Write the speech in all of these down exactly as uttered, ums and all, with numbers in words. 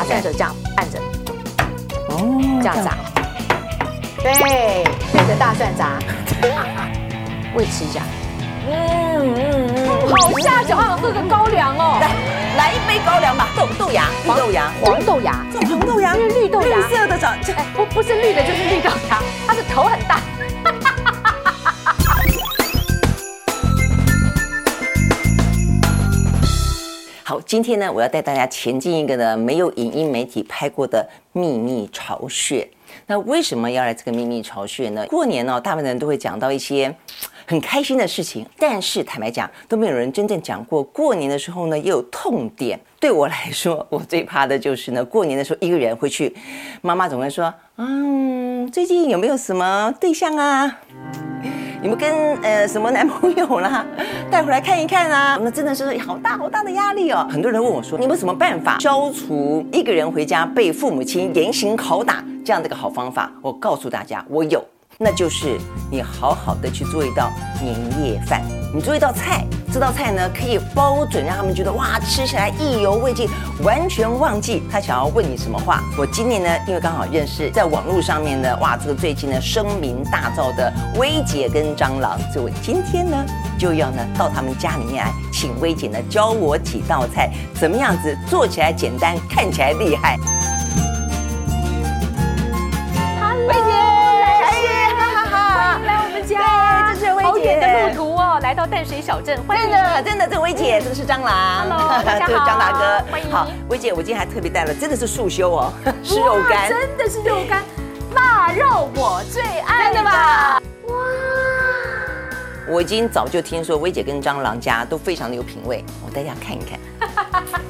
蒜的时候这样按着，哦，这样炸，对，对着大蒜炸，我也吃一下，嗯嗯嗯，好下酒，好想喝个高粱哦， 来一杯高粱吧，豆豆芽，绿豆芽， 黄豆芽， 这种黄豆芽， 因为绿豆芽， 绿色的长， 哎，不不是绿的，就是绿豆芽，它的头很大。 好，今天呢，我要带大家前进一个呢没有影音媒体拍过的秘密巢穴。那为什么要来这个秘密巢穴呢？过年呢、哦，大部分人都会讲到一些很开心的事情，但是坦白讲，都没有人真正讲过过年的时候呢也有痛点。对我来说，我最怕的就是呢，过年的时候一个人回去，妈妈总会说，嗯，最近有没有什么对象啊？有没有跟呃什么男朋友啦带回来看一看啊？那真的是好大好大的压力哦。很多人问我说，你有没有什么办法消除一个人回家被父母亲严刑拷打这样的一个好方法？我告诉大家，我有，那就是你好好的去做一道年夜饭。你做一道菜，这道菜呢可以包准让他们觉得哇，吃起来意犹未尽，完全忘记他想要问你什么话。我今年呢，因为刚好认识在网络上面呢，哇，这个最近呢声名大噪的薇姐跟蟑螂，所以我今天呢就要呢到他们家里面来，请薇姐呢教我几道菜，怎么样子做起来简单，看起来厉害。 薇姐，哈哈哈，来我们家， 对，这是薇姐。 好远的路途哦，来到淡水小镇，欢迎。 真的，真的，这薇姐，这个是蟑螂 ，Hello， 大家好， 这是张大哥， 欢迎。 好，薇姐，我今天还特别带了，真的是素修哦，湿肉干， 真的是肉干，腊肉我最爱， 真的吧？ 哇！ 我已经早就听说薇姐跟蟑螂家都非常的有品味，我带大家看一看。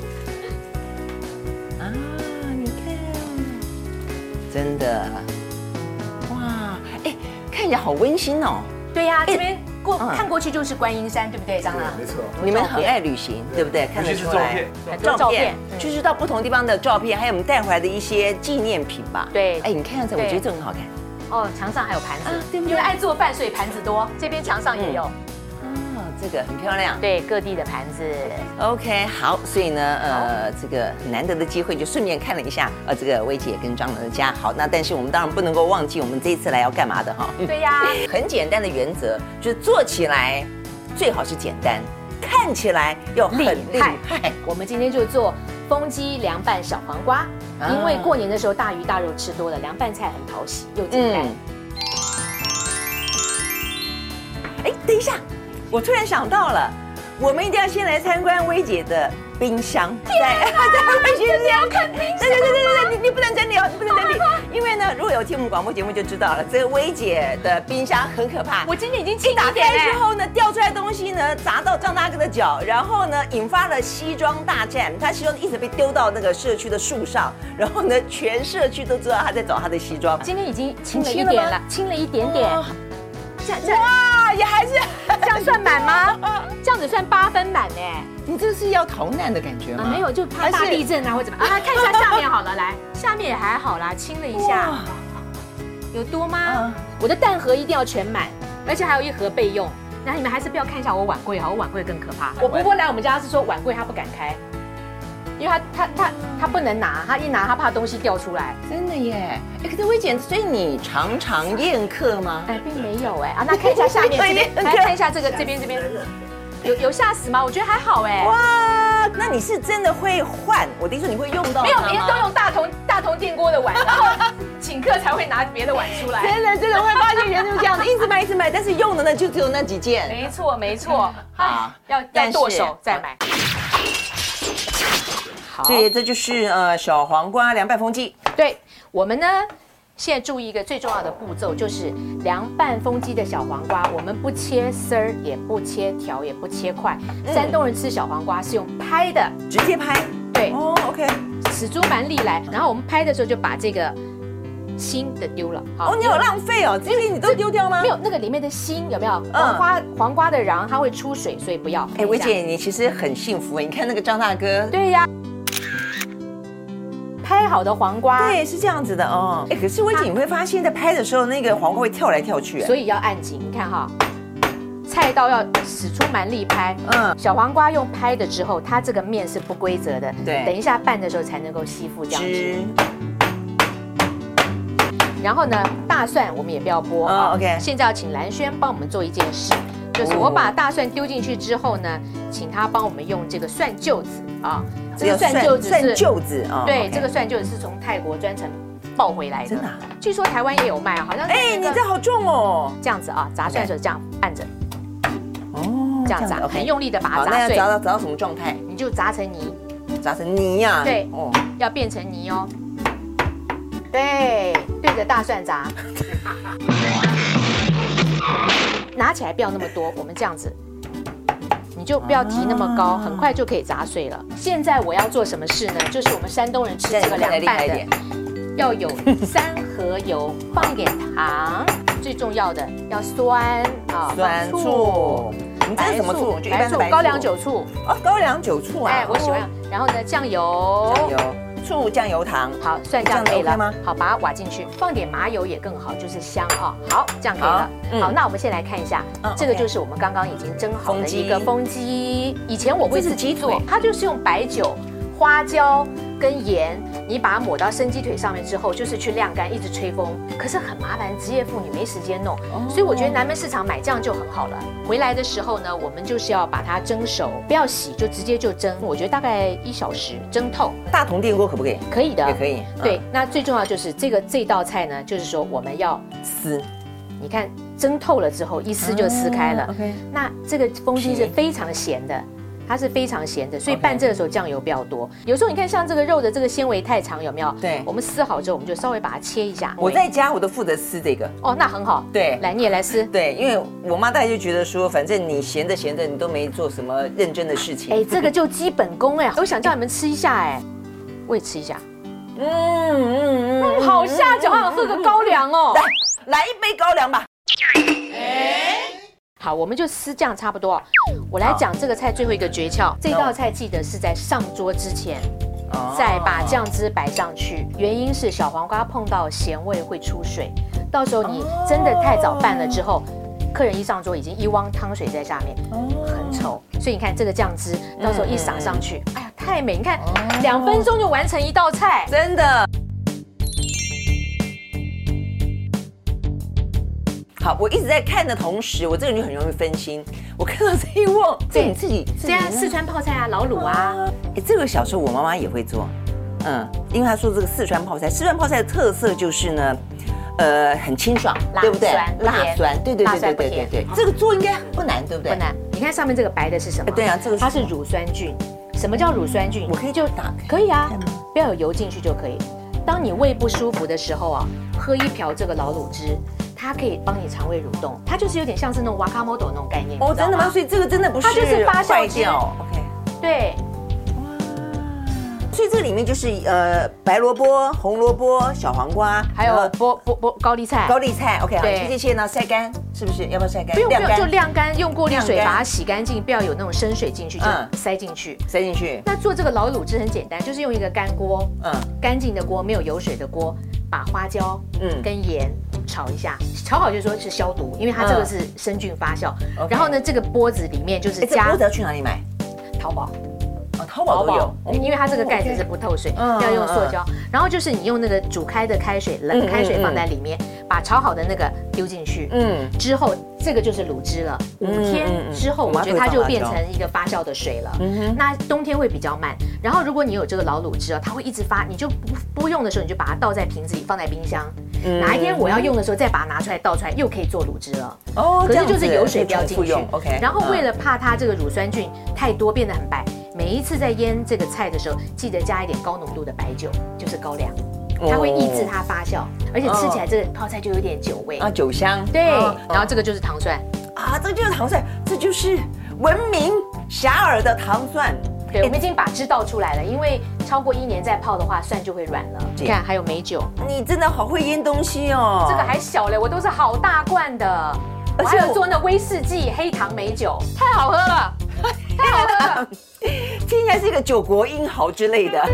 啊，你看，真的，哇，哎，看起来好温馨哦。 对呀、啊，这边过、嗯、看过去就是观音山，对不对，蟑螂？ 没错。 你们很爱旅行，对不对？看得出来。 很多照片， 就是到不同地方的照片，还有我们带回来的一些纪念品吧。 对。 哎，你看看这，我觉得这很好看。 哦，墙上还有盘子， 啊、对不对？ 因为爱做饭，所以盘子多。这边墙上也有。 嗯、哦，这个很漂亮。 对，各地的盘子。 OK， 好，所以呢，呃，这个难得的机会就顺便看了一下，呃，这个薇姐跟蟑螂的家。好，那但是我们当然不能够忘记我们这一次来要干嘛的哈。 对呀。 很简单的原则，就是做起来最好是简单，看起来要很厉害。 我们今天就做风鸡凉拌小黄瓜，啊、因为过年的时候大鱼大肉吃多了，凉拌菜很讨喜又简单。 哎、嗯，等一下，我突然想到了，我们一定要先来参观薇姐的冰箱。在在薇姐你要看冰箱？ 对对对对对，你你不能整理哦，你不能整理，因为呢，如果有听我们广播节目就知道了，这个薇姐的冰箱很可怕。 我今天已经清打开之后呢，掉出来东西呢砸到张大哥的脚，然后呢引发了西装大战，他西装一直被丢到那个社区的树上，然后呢全社区都知道他在找他的西装。 今天已经清了一点了，清了一点点。哦这样这样哇，也还是这样算满吗？这样子算八分满呢。 你这是要逃难的感觉吗？ 啊、没有，就怕大地震啊或怎么啊？看一下下面好了，来，下面也还好啦，清了一下。有多吗？嗯、我的蛋盒一定要全满，而且还有一盒备用。那你们还是不要看一下我碗柜，好，我碗柜更可怕。我婆婆来我们家是说碗柜她不敢开。因为他他他他不能拿，他一拿他怕东西掉出来。 真的耶！哎，可是薇姐，所以你常常宴客吗？ 哎，并没有哎啊，那看一下下面这边，来看一下这个这边这边，有有吓死吗？我觉得还好哎。 哇，那你是真的会换？我的意思你会用到？ 没有，别人都用大同大同电锅的碗，然后请客才会拿别的碗出来。 真的真的会发现原来就是这样的，一直买一直买，但是用的呢就只有那几件。 没错没错，好，要要剁手再买。 所以这就是呃小黄瓜凉拌风鸡。 对，我们呢现在注意一个最重要的步骤，就是凉拌风鸡的小黄瓜，我们不切丝儿，也不切条，也不切块。嗯、山东人吃小黄瓜是用拍的， 直接拍。 对， 哦 ，OK， 死猪蛮力来。然后我们拍的时候就把这个心的丢了。 哦，你有浪费哦，这些你都丢掉吗？ 没有，那个里面的心有没有？黄瓜、嗯、黄瓜的瓤它会出水，所以不要。 哎，薇姐，你其实很幸福哎，你看那个张大哥。 对呀。拍好的黄瓜， 对，是这样子的哦。哎，可是薇姐，你会发现在拍的时候，那个黄瓜会跳来跳去， 所以要按紧。你看哈，菜快到要使出蛮力拍。嗯，小黄瓜用拍的之后，它这个面是不规则的。 对， 等一下拌的时候才能够吸附酱汁。然后呢，大蒜我们也不要剥啊。OK。现在要请蓝轩帮我们做一件事，就是我把大蒜丢进去之后呢，请他帮我们用这个蒜臼子啊。这个蒜臼子是蒜臼子啊。 对，这个蒜臼子是从泰国专程抱回来的。 真的？ 据说台湾也有卖啊，好像。 哎，你这好重哦。 这样子啊，砸蒜的时候这样按着。哦。这样砸，很用力的把它砸碎。 那要砸到砸到什么状态？ 你就砸成泥。 砸成泥呀？ 对。哦。要变成泥哦。对，对着大蒜砸，拿起来不要那么多，我们这样子，你就不要提那么高，很快就可以砸碎了。现在我要做什么事呢？就是我们山东人吃这个凉拌的，要有三合油，放一点糖，最重要的要酸啊， 酸醋，你这是什么醋？就一般的白醋， 高粱酒醋。 哦，高粱酒醋啊， 哎，我喜欢。然后呢，酱油， 酱油。醋、酱油、糖， 好，蒜酱可以了。好，把它挖进去，放点麻油也更好，就是香啊。好，这样可以了。好，那我们先来看一下，这个就是我们刚刚已经蒸好的一个风鸡。以前我会自己做，它就是用白酒、花椒跟盐，你把它抹到生鸡腿上面之后，就是去晾干，一直吹风。可是很麻烦，职业妇女没时间弄，所以我觉得南门市场买这样就很好了。回来的时候呢，我们就是要把它蒸熟，不要洗，就直接就蒸。我觉得大概一小时蒸透。 大同电锅可不可以？ 可以的， 也可以。 对，那最重要就是这个这道菜呢，就是说我们要撕。 你看蒸透了之后，一撕就撕开了。OK。那这个风鸡是非常咸的。它是非常咸的，所以拌这个时候酱油比较多。有时候你看像这个肉的这个纤维太长，有没有？ 对， 我们撕好之后，我们就稍微把它切一下。 我在家我都负责撕这个。 哦，那很好。 对， 来你也来撕。 对，因为我妈大概就觉得说，反正你咸的咸的，你都没做什么认真的事情。 哎，这个就基本功哎，我想叫你们吃一下哎，我也吃一下。嗯嗯嗯，好下酒，好想喝个高粱哦。 来，来一杯高粱吧。 哎。好，我们就撕这样差不多。我来讲这个菜最后一个诀窍，这道菜记得是在上桌之前，再把酱汁摆上去。原因是小黄瓜碰到咸味会出水，到时候你真的太早拌了之后，客人一上桌已经一汪汤水在下面，很丑。所以你看这个酱汁，到时候一撒上去，哎呀，太美！你看，两分钟就完成一道菜， 真的。好，我一直在看的同时，我这个人就很容易分心。我看到这一锅，这你自己这样四川泡菜啊，老卤啊， 哎，这个小时候我妈妈也会做，嗯，因为她说这个四川泡菜，四川泡菜的特色就是呢，呃，很清爽，对不对？辣酸，对对对对对对对，这个做应该不难，对不对？ 不难。你看上面这个白的是什么？ 对啊，这个它是乳酸菌。什么叫乳酸菌？ 我可以就打开， 可以啊，不要有油进去就可以。当你胃不舒服的时候啊，喝一瓢这个老卤汁。它可以帮你肠胃蠕动，它就是有点像是那种瓦卡莫多那种概念。 哦，真的吗？所以这个真的不是， 它就是发酵汁。 OK， 对。 哇，所以这里面就是呃白萝卜、红萝卜、小黄瓜， 还有菠菠菠高丽菜。 高丽菜 OK， 好，这些呢晒干，是不是？要不要晒干？ 不用不用，就晾干，用过滤水把它洗干净，不要有那种生水进去，就塞进去， 塞进去。 那做这个老卤汁很简单，就是用一个干锅，嗯，干净的锅，没有油水的锅。把花椒嗯跟盐炒一下，炒好就说是消毒，因为它这个是生菌发酵。然后呢，这个钵子里面就是加。 钵子要去哪里买？ 淘宝。 哦，淘宝都有， 因为它这个盖子是不透水，要用塑胶。然后就是你用那个煮开的开水，冷开水放在里面，把炒好的那个丢进去，嗯，之后这个就是卤汁了。五天之后，我觉得它就变成一个发酵的水了。那冬天会比较慢。然后如果你有这个老卤汁啊，它会一直发，你就不不用的时候，你就把它倒在瓶子里，放在冰箱。哪一天我要用的时候，再把它拿出来倒出来，又可以做卤汁了。哦，可是就是油水不要进去。OK。然后为了怕它这个乳酸菌太多变得很白。每一次在腌这个菜的时候，记得加一点高浓度的白酒，就是高粱，它会抑制它发酵，而且吃起来这个泡菜就有点酒味啊，酒香。 对，然后这个就是糖蒜啊，这个就是糖蒜，这就是闻名遐迩的糖蒜。 对，我们已经把汁倒出来了，因为超过一年再泡的话，蒜就会软了。你看，还有美酒， 你真的好会腌东西哦。 这个还小嘞，我都是好大罐的，我还有做那威士忌黑糖美酒，太好喝了。太好了， 听起来是一个九国英豪之类的。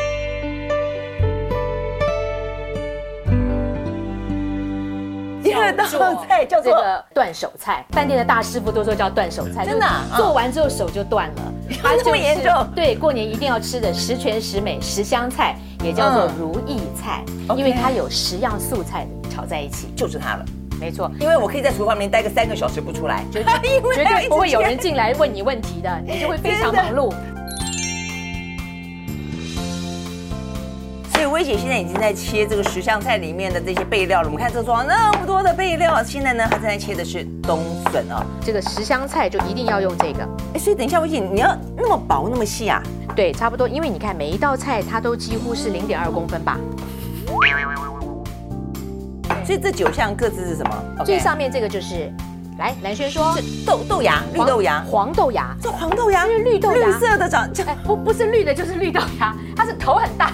因为道菜叫做这个断手菜，饭店的大师傅都说叫断手菜， 真的啊就是做完之后手就断了。它这么严重？ 对，过年一定要吃的十全十美十香菜，也叫做如意菜， 嗯因为它有十样素菜炒在一起， 就是它了。 没错， 因为我可以在厨房里面待个三个小时不出来， 绝对因为绝对不会有人进。 进来问你问题的，你就会非常忙碌。 所以薇姐现在已经在切这个十香菜里面的这些备料了。我们看这桌那么多的备料，现在呢，她正在切的是冬笋哦。 这个十香菜就一定要用这个， 哎，所以等一下，薇姐你要那么薄那么细啊？ 对，差不多，因为你看每一道菜它都几乎是零点二公分吧。 所以这九项各自是什么？ 最上面这个就是，来蓝轩说是豆豆芽、绿豆芽、 黄豆芽， 这黄豆芽， 是绿豆芽， 绿色的长， 哎，不不是绿的，就是绿豆芽，它是头很大。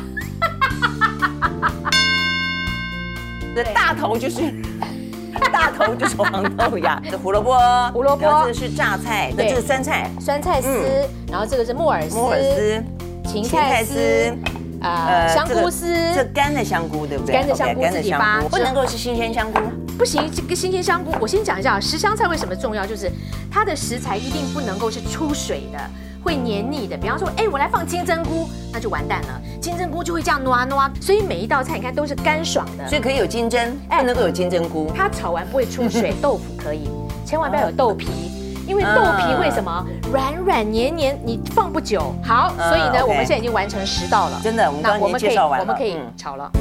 这大头就是大头就是黄豆芽，这胡萝卜， 胡萝卜， 然后这个是榨菜，那这个酸菜， 酸菜丝，然后这个是木耳丝， 木耳丝， 芹菜丝。呃，香菇丝， 这干的香菇对不对？ 干的香菇自己发， 不能够是新鲜香菇。 不行，这个新鲜香菇，我先讲一下十香菜为什么重要，就是它的食材一定不能够是出水的，会黏腻的。比方说，哎，我来放金针菇，那就完蛋了，金针菇就会这样挪挪。所以每一道菜你看都是干爽的， 所以可以有金针，不能够有金针菇。 它炒完不会出水，豆腐可以，千万不要有豆皮。因为豆皮为什么软软黏黏，你放不久。好，所以呢，我们现在已经完成十道了。 真的，我们刚刚已经介绍完了。 我们可以炒了。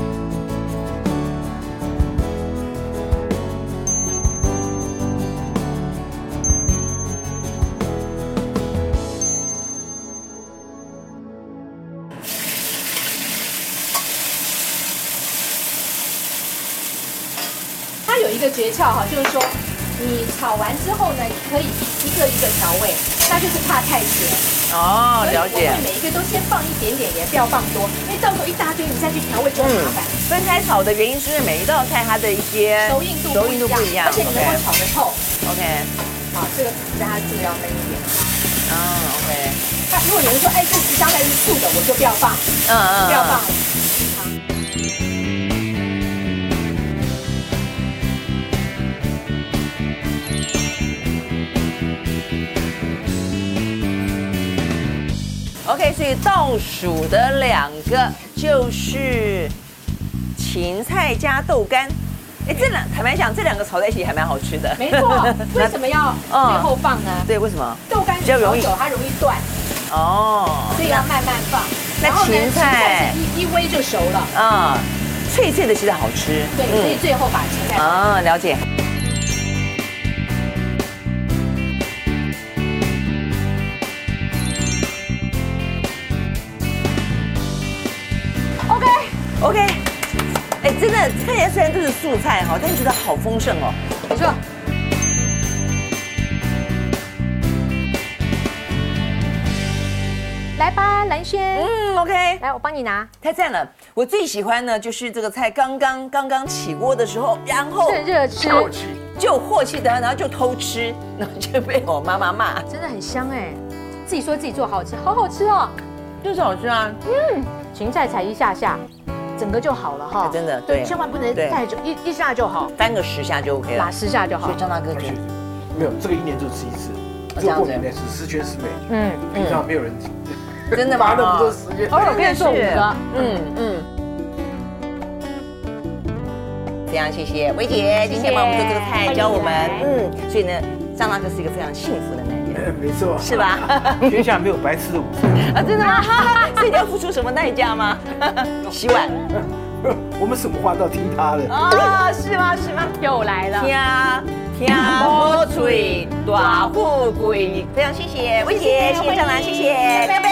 它有一个诀窍哈，就是说。你炒完之后呢，可以一个一个调味，那就是怕太咸。 哦，了解。 我会每一个都先放一点点盐，不要放多，因为到时候一大堆，你再去调味就很麻烦。 分开炒的原因是因为每一道菜它的一些熟硬度熟硬度不一样， 而且你能够炒得透。 OK。 好，这个大家记得要焖一点哈。 嗯 ，OK。 那如果有人说，哎，这十香菜是素的，我就不要放。嗯嗯。不要放。 OK， 所以倒数的两个就是芹菜加豆干。哎，这两坦白讲，这两个炒在一起还蛮好吃的。 没错，为什么要最后放呢？ 对，为什么？ 豆干比较容易，它容易断。哦。所以要慢慢放。 那芹菜一一煨就熟了。 啊，脆脆的其实好吃。 对，所以最后把芹菜。 啊，了解。OK， 哎，真的看起来虽然都是素菜哈，但是觉得好丰盛哦。 没错。来吧，蓝轩。 嗯 ，OK， 来，我帮你拿。 太赞了！我最喜欢呢，就是这个菜刚刚刚刚起锅的时候，然后趁热吃， 就唾弃的，然后就偷吃，然后就被我妈妈骂。 真的很香哎，自己说自己做好吃，好好吃哦， 就是好吃啊。 嗯，芹菜才一下下。整个就好了哈， 真的对，千万不能太久，一一下就好， 翻个十下就 OK 了， 打十下就好。 所以张大哥觉得没有，这个一年就吃一次，这个过年呢是十全十美，嗯，平常没有人真的吗？ 那么多时间， 偶尔可以做五个， 嗯嗯。非常谢谢薇姐今天帮我们做这个菜，教我们，嗯，所以呢，张大哥是一个非常幸福的男人。 没错， 是吧？ 天下没有白吃的午餐啊，真的吗？所以你要付出什么代价吗？洗碗。 我们什么话都要听他的啊？是吗？是吗？ 又来了。 听听好嘴，大富贵。非常谢谢薇姐，谢谢张兰，谢谢，拜拜。